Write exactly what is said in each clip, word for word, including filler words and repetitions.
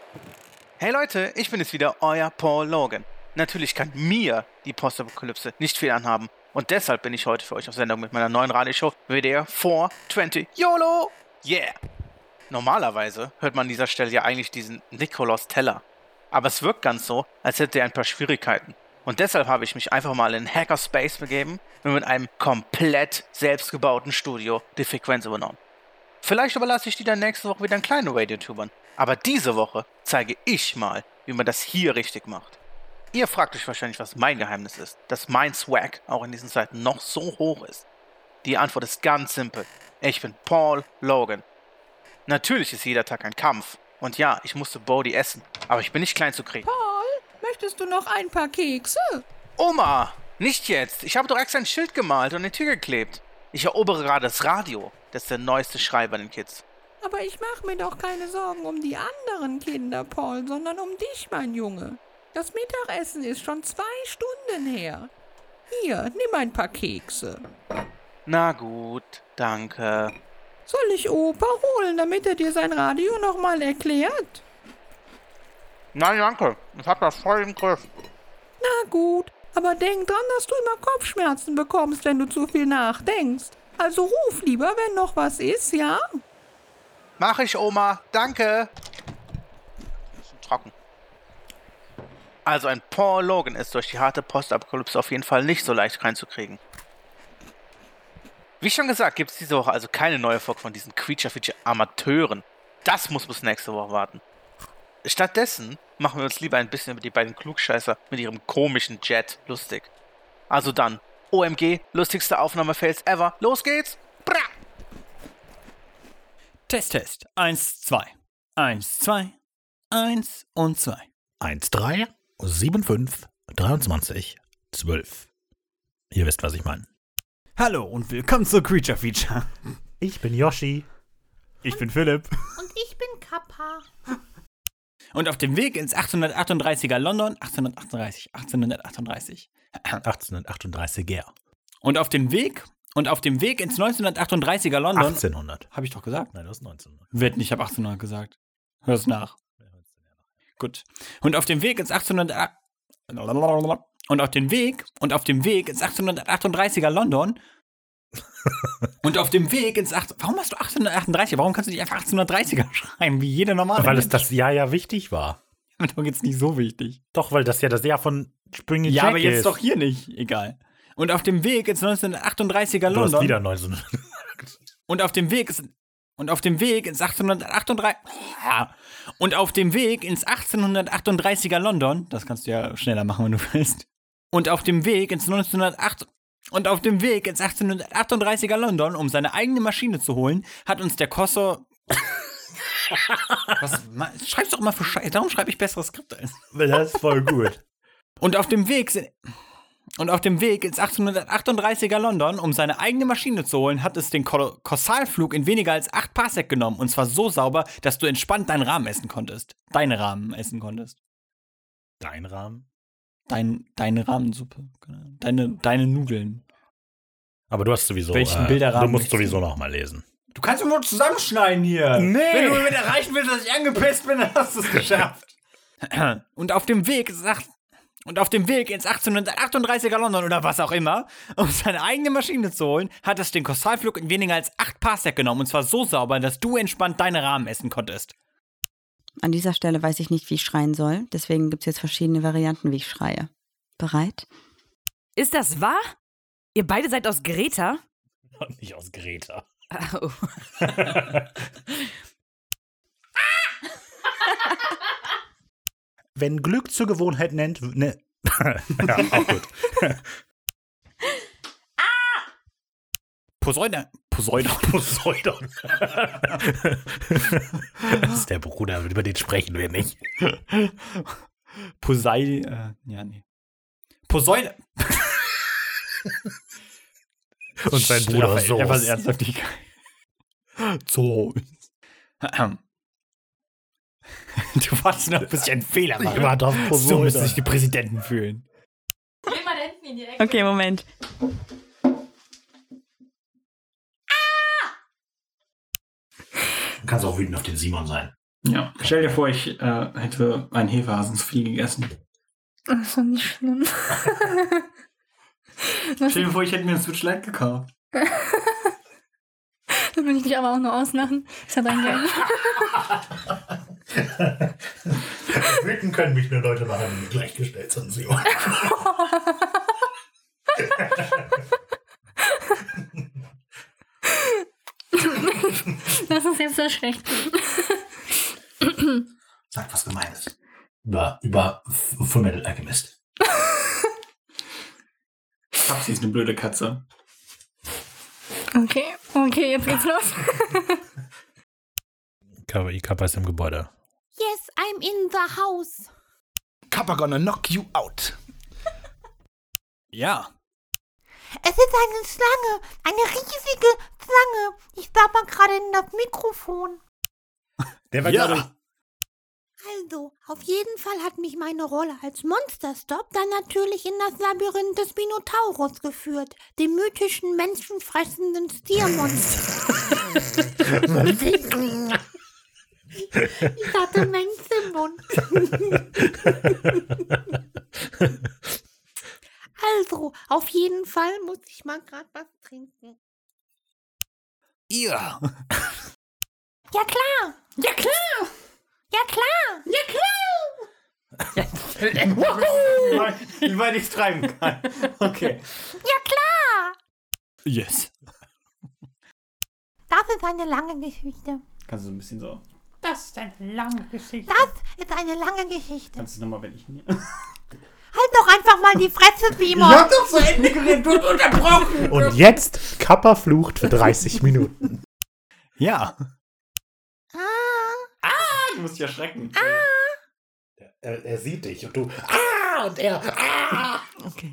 Hey Leute, ich bin jetzt wieder euer Paul Logan. Natürlich kann mir die Postapokalypse nicht viel anhaben. Und deshalb bin ich heute für euch auf Sendung mit meiner neuen Radioshow W D R vierhundertzwanzig YOLO! Yeah! Normalerweise hört man an dieser Stelle ja eigentlich diesen Nikolaus Teller. Aber es wirkt ganz so, als hätte er ein paar Schwierigkeiten. Und deshalb habe ich mich einfach mal in Hackerspace begeben und mit einem komplett selbstgebauten Studio die Frequenz übernommen. Vielleicht überlasse ich die dann nächste Woche wieder einen kleinen Radiotubern. Aber diese Woche zeige ich mal, wie man das hier richtig macht. Ihr fragt euch wahrscheinlich, was mein Geheimnis ist, dass mein Swag auch in diesen Zeiten noch so hoch ist. Die Antwort ist ganz simpel. Ich bin Paul Logan. Natürlich ist jeder Tag ein Kampf. Und ja, ich musste Bodhi essen, aber ich bin nicht klein zu kriegen. Paul, möchtest du noch ein paar Kekse? Oma, nicht jetzt. Ich habe doch extra ein Schild gemalt und eine Tür geklebt. Ich erobere gerade das Radio. Das ist der neueste Schrei bei den Kids. Aber ich mache mir doch keine Sorgen um die anderen Kinder, Paul, sondern um dich, mein Junge. Das Mittagessen ist schon zwei Stunden her. Hier, nimm ein paar Kekse. Na gut, danke. Soll ich Opa holen, damit er dir sein Radio nochmal erklärt? Nein, danke. Ich hab das voll im Griff. Na gut, aber denk dran, dass du immer Kopfschmerzen bekommst, wenn du zu viel nachdenkst. Also ruf lieber, wenn noch was ist, ja? Mach ich, Oma. Danke. Bisschen trocken. Also ein Paul Logan ist durch die harte Postapokalypse auf jeden Fall nicht so leicht reinzukriegen. Wie schon gesagt, gibt es diese Woche also keine neue Folge von diesen Creature-Feature-Amateuren. Das muss bis nächste Woche warten. Stattdessen machen wir uns lieber ein bisschen über die beiden Klugscheißer mit ihrem komischen Jet lustig. Also dann, O M G, lustigste Aufnahmefails ever. Los geht's! Bra! Test, Test. Eins, zwei. Eins, zwei. Eins und zwei. eins, drei, sieben, fünf, dreiundzwanzig, zwölf. Ihr wisst, was ich meine. Hallo und willkommen zu Creature Feature. Ich bin Yoshi. Ich bin Philipp. Und ich bin Kappa. Und auf dem Weg ins achtzehnhundertachtunddreißiger London, achtzehnhundertachtunddreißig, achtzehnhundertachtunddreißig. achtzehnhundertachtunddreißiger. Und auf dem Weg, und auf dem Weg ins neunzehnhundertachtunddreißiger London. achtzehnhundert. Habe ich doch gesagt? Nein, du hast neunzehnhundert. Wird nicht, ich habe achtzehnhundert gesagt. Hör es nach. Gut. Und auf dem Weg ins achtzehnhundert und auf dem Weg und auf dem Weg ins achtzehnhundertachtunddreißiger London und auf dem Weg ins acht Warum hast du achtzehnhundertachtunddreißig? Warum kannst du nicht einfach achtzehnhundertdreißiger schreiben, wie jeder normale Weil es Mensch? das Jahr ja wichtig war. Doch jetzt nicht so wichtig. Doch, weil das ja das Jahr von Spring Ja, Jack aber jetzt ist. doch hier nicht. Egal. Und auf dem Weg ins neunzehnhundertachtunddreißiger Du London hast wieder neunzehnhundert. und auf dem Weg ist und auf dem Weg ins achtzehnhundertachtunddreißig ja. und auf dem Weg ins achtzehnhundertachtunddreißiger London, das kannst du ja schneller machen, wenn du willst. Und auf dem Weg ins neunzehnhundertacht und auf dem Weg ins achtzehnhundertachtunddreißiger London, um seine eigene Maschine zu holen, hat uns der Kosso Was ma- schreibst doch immer für Scheiße, darum schreibe ich bessere Skripte als. Das ist voll gut. Und auf dem Weg sind Und auf dem Weg ins achtzehnhundertachtunddreißiger London, um seine eigene Maschine zu holen, hat es den Kol- Korsalflug in weniger als acht Parsec genommen. Und zwar so sauber, dass du entspannt deinen Rahmen essen konntest. Deine Rahmen essen konntest. Dein Rahmen? Dein, deine Rahmensuppe. Deine, deine Nudeln. Aber du hast sowieso. Welchen äh, Bilderrahmen Du musst möchtest du? sowieso noch mal lesen. Du kannst immer zusammenschneiden hier. Nee. Wenn du damit erreichen willst, dass ich angepisst bin, dann hast du es geschafft. Und auf dem Weg ist ach- Und auf dem Weg ins achtzehnhundertachtunddreißiger London oder was auch immer, um seine eigene Maschine zu holen, hat es den Korsalflug in weniger als acht Parsec genommen. Und zwar so sauber, dass du entspannt deine Rahmen essen konntest. An dieser Stelle weiß ich nicht, wie ich schreien soll. Deswegen gibt es jetzt verschiedene Varianten, wie ich schreie. Bereit? Ist das wahr? Ihr beide seid aus Greta? Und nicht aus Greta. Oh. Wenn Glück zur Gewohnheit nennt, ne. Ja, auch gut. Poseidon. Poseidon. Poseidon. Das ist der Bruder, über den sprechen wir nicht. Poseidon. Äh, ja, nee. Poseidon. Und sein Bruder Raphael, der war Soos. ernsthaft nicht geil. So. Du wartest noch, bis ich einen Fehler mache. Ich warte auf So Poseidon. müssen sich die Präsidenten fühlen. Geh mal da hinten in die Ecke. Okay, Moment. Du kannst auch wütend auf den Simon sein. Ja, stell dir vor, ich äh, hätte einen Hefehasen zu viel gegessen. Das ist doch nicht schlimm. Was, Stell dir vor, ich hätte mir einen Switch Lite gekauft. da will ich dich aber auch nur auslachen. Das hat ein Geld. Wüten können mich nur Leute machen, die gleichgestellt sind, Simon. Das ist jetzt sehr schlecht. Sag was Gemeines. Über, über Fullmetal Alchemist. Papsi ist eine blöde Katze. Okay, okay, jetzt geht's los. Kappa ist im Gebäude. Yes, I'm in the house. Kappa gonna knock you out. Ja. Es ist eine Schlange, eine riesige Schlange. Ich sabber gerade in das Mikrofon. Der war Ja. gerade. Also, auf jeden Fall hat mich meine Rolle als Monsterstop dann natürlich in das Labyrinth des Minotaurus geführt, dem mythischen, menschenfressenden Stiermonster. Ich hatte Mensch im Mund. Also, auf jeden Fall muss ich mal gerade was trinken. Ja. Ja klar, Ja, klar! ja klar. Ja, klar! Ich weiß nichts treiben kann. Okay. Ja klar. Yes. Das ist eine lange Geschichte. Kannst du ein bisschen so. Das ist eine lange Geschichte. Das ist eine lange Geschichte. Kannst du nochmal, wenn ich mir. Halt doch einfach mal die Fresse, Simon. doch zu Ende geredet und unterbrochen. Und jetzt Kappa flucht für dreißig Minuten. Ja. Ah, Du musst dich erschrecken. Er, er sieht dich und du. Ah! Und er. Ah! Okay.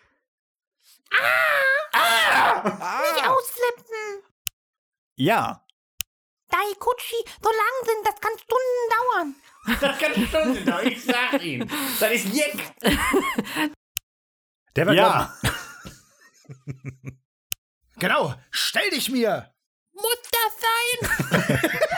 nicht ausflippen. Ja. Daikuchi, so lang sind, das kann Stunden dauern. Das kann Stunden dauern, ich sag ihm. Das ist jetzt. Der war Ja. Genau, stell dich mir. Muss das sein?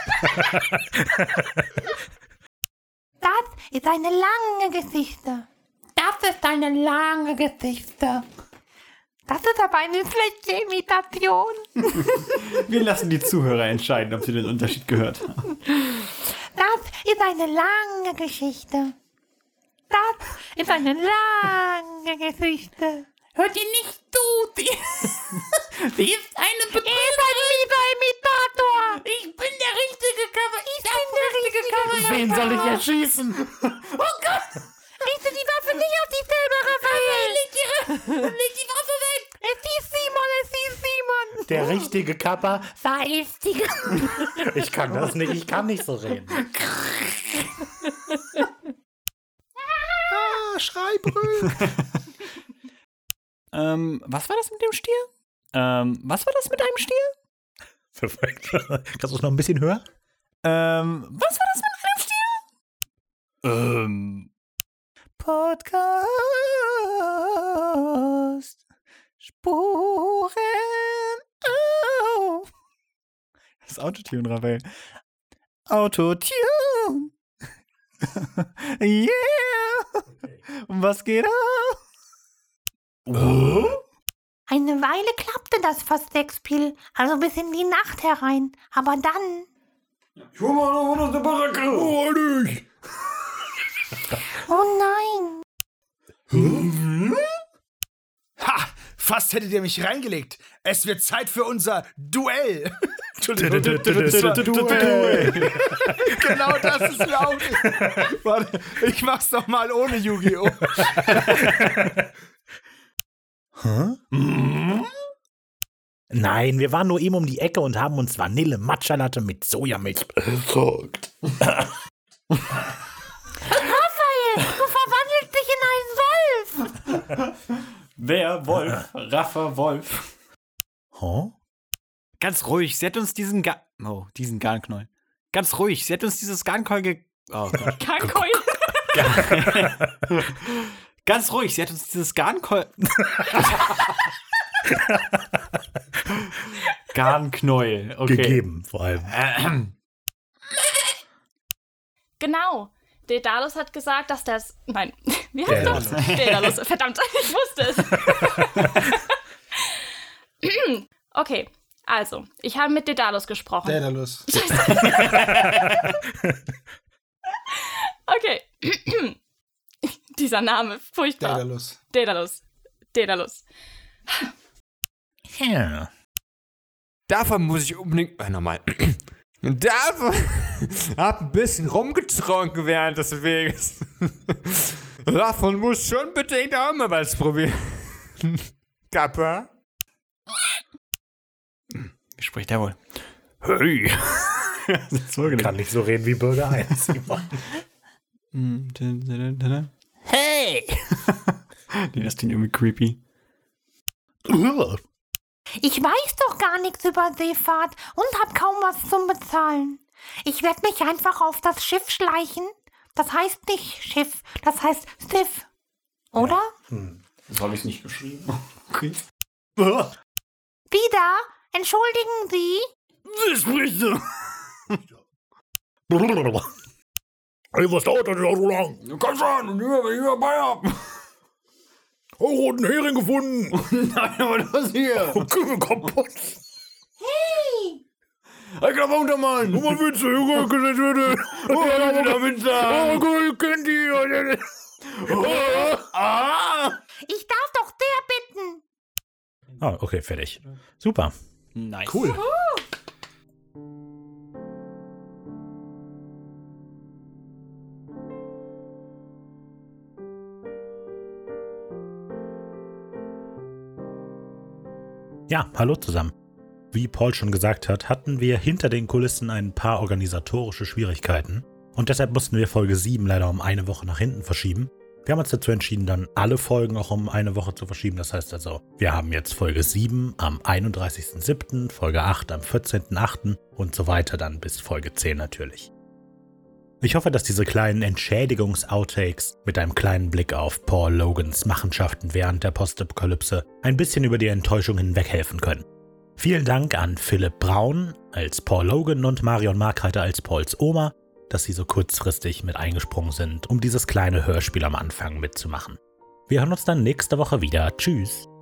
Das ist eine lange Geschichte. Das ist eine lange Geschichte. Das ist aber eine schlechte Imitation. Wir lassen die Zuhörer entscheiden, ob sie den Unterschied gehört haben. Das ist eine lange Geschichte. Das ist eine lange Geschichte. Hört ihr nicht zu? Sie, sie ist eine Ihr seid wieder Imitator. Ich bin der richtige Cover. Ich bin der richtige Cover. Wen soll ich erschießen? Oh Gott! Richte die Waffe nicht auf dich selber, Raphael. Leg, ihre, leg die Waffe weg! Es ist Simon, es ist Simon. Der richtige Kappa. Verästige. Ich kann das nicht, ich kann nicht so reden. Ah, schrei, brüll. Ähm, was war das mit dem Stier? Ähm, was war das mit einem Stier? Perfekt. Kannst du es noch ein bisschen höher? Ähm, was war das mit einem Stier? Ähm, Podcast. Spuren auf. Das ist Autotune, Raphael. Autotune. Yeah. Und was geht ab? Oh? Eine Weile klappte das Versteckspiel, also bis in die Nacht herein. Aber dann... Oh, nicht. Oh nein. Ha, fast hättet ihr mich reingelegt. Es wird Zeit für unser Duell. Entschuldigung. Duell. Genau das ist mir auch nicht. Warte, ich mach's doch mal ohne Yu-Gi-Oh! Hä? Nein, wir waren nur eben um die Ecke und haben uns Vanille Matcha Latte mit Sojamilch besorgt. Raphael, du verwandelst dich in einen Wolf. Wer? Wolf? Raffa Wolf. Huh? Ganz ruhig, sie hat uns diesen Ga Oh, diesen Garnknäuel. Ganz ruhig, sie hat uns dieses Garnknäuel ge... Oh Gott. Garnknäuel. Ganz ruhig, sie hat uns dieses Garnknäuel... Garnknäuel, okay. Gegeben, vor allem. Ähm. Genau. Daedalus hat gesagt, dass das... Nein, wie heißt das? Daedalus. Verdammt, ich wusste es. Okay, also, ich habe mit Daedalus gesprochen. Daedalus. Okay. Dieser Name, furchtbar. Daedalus. Daedalus. Daedalus. Ja. Davon muss ich unbedingt... Äh, nochmal. Davon... hab ein bisschen rumgetrunken während des Weges. Davon muss schon unbedingt auch mal was probieren. Kappa? Wie spricht der wohl? Hey! Kann nicht so reden wie Bürger eins. Hey! Nee, das klingt irgendwie creepy. Ich weiß doch gar nichts über Seefahrt und hab kaum was zum Bezahlen. Ich werde mich einfach auf das Schiff schleichen. Das heißt nicht Schiff, das heißt Schiff. Oder? Ja. Hm. Das habe ich nicht geschrieben. Okay. Wieder? Entschuldigen Sie? Wie sprichst du? Ey, was dauert das so lang? Du kannst schon, und hier, wenn ich dabei hab. Oh, roten Hering gefunden. Nein, aber das hier. Okay, kaputt. Hey! Hey, kleiner Untermann. Nur mal Witze, Junge, gesetzt würde. Oh, der Winzer. Oh, cool, kennt die. Oh, ah. Ich darf doch der bitten. Ah, okay, fertig. Super. Nice. Cool. Ja, hallo zusammen. Wie Paul schon gesagt hat, hatten wir hinter den Kulissen ein paar organisatorische Schwierigkeiten und deshalb mussten wir Folge sieben leider um eine Woche nach hinten verschieben. Wir haben uns dazu entschieden, dann alle Folgen auch um eine Woche zu verschieben. Das heißt also, wir haben jetzt Folge sieben am einunddreißigsten siebten, Folge acht am vierzehnten achten und so weiter dann bis Folge zehn natürlich. Ich hoffe, dass diese kleinen Entschädigungs-Outtakes mit einem kleinen Blick auf Paul Logans Machenschaften während der Postapokalypse ein bisschen über die Enttäuschung hinweghelfen können. Vielen Dank an Philipp Braun als Paul Logan und Marion Markreiter als Pauls Oma, dass sie so kurzfristig mit eingesprungen sind, um dieses kleine Hörspiel am Anfang mitzumachen. Wir hören uns dann nächste Woche wieder. Tschüss!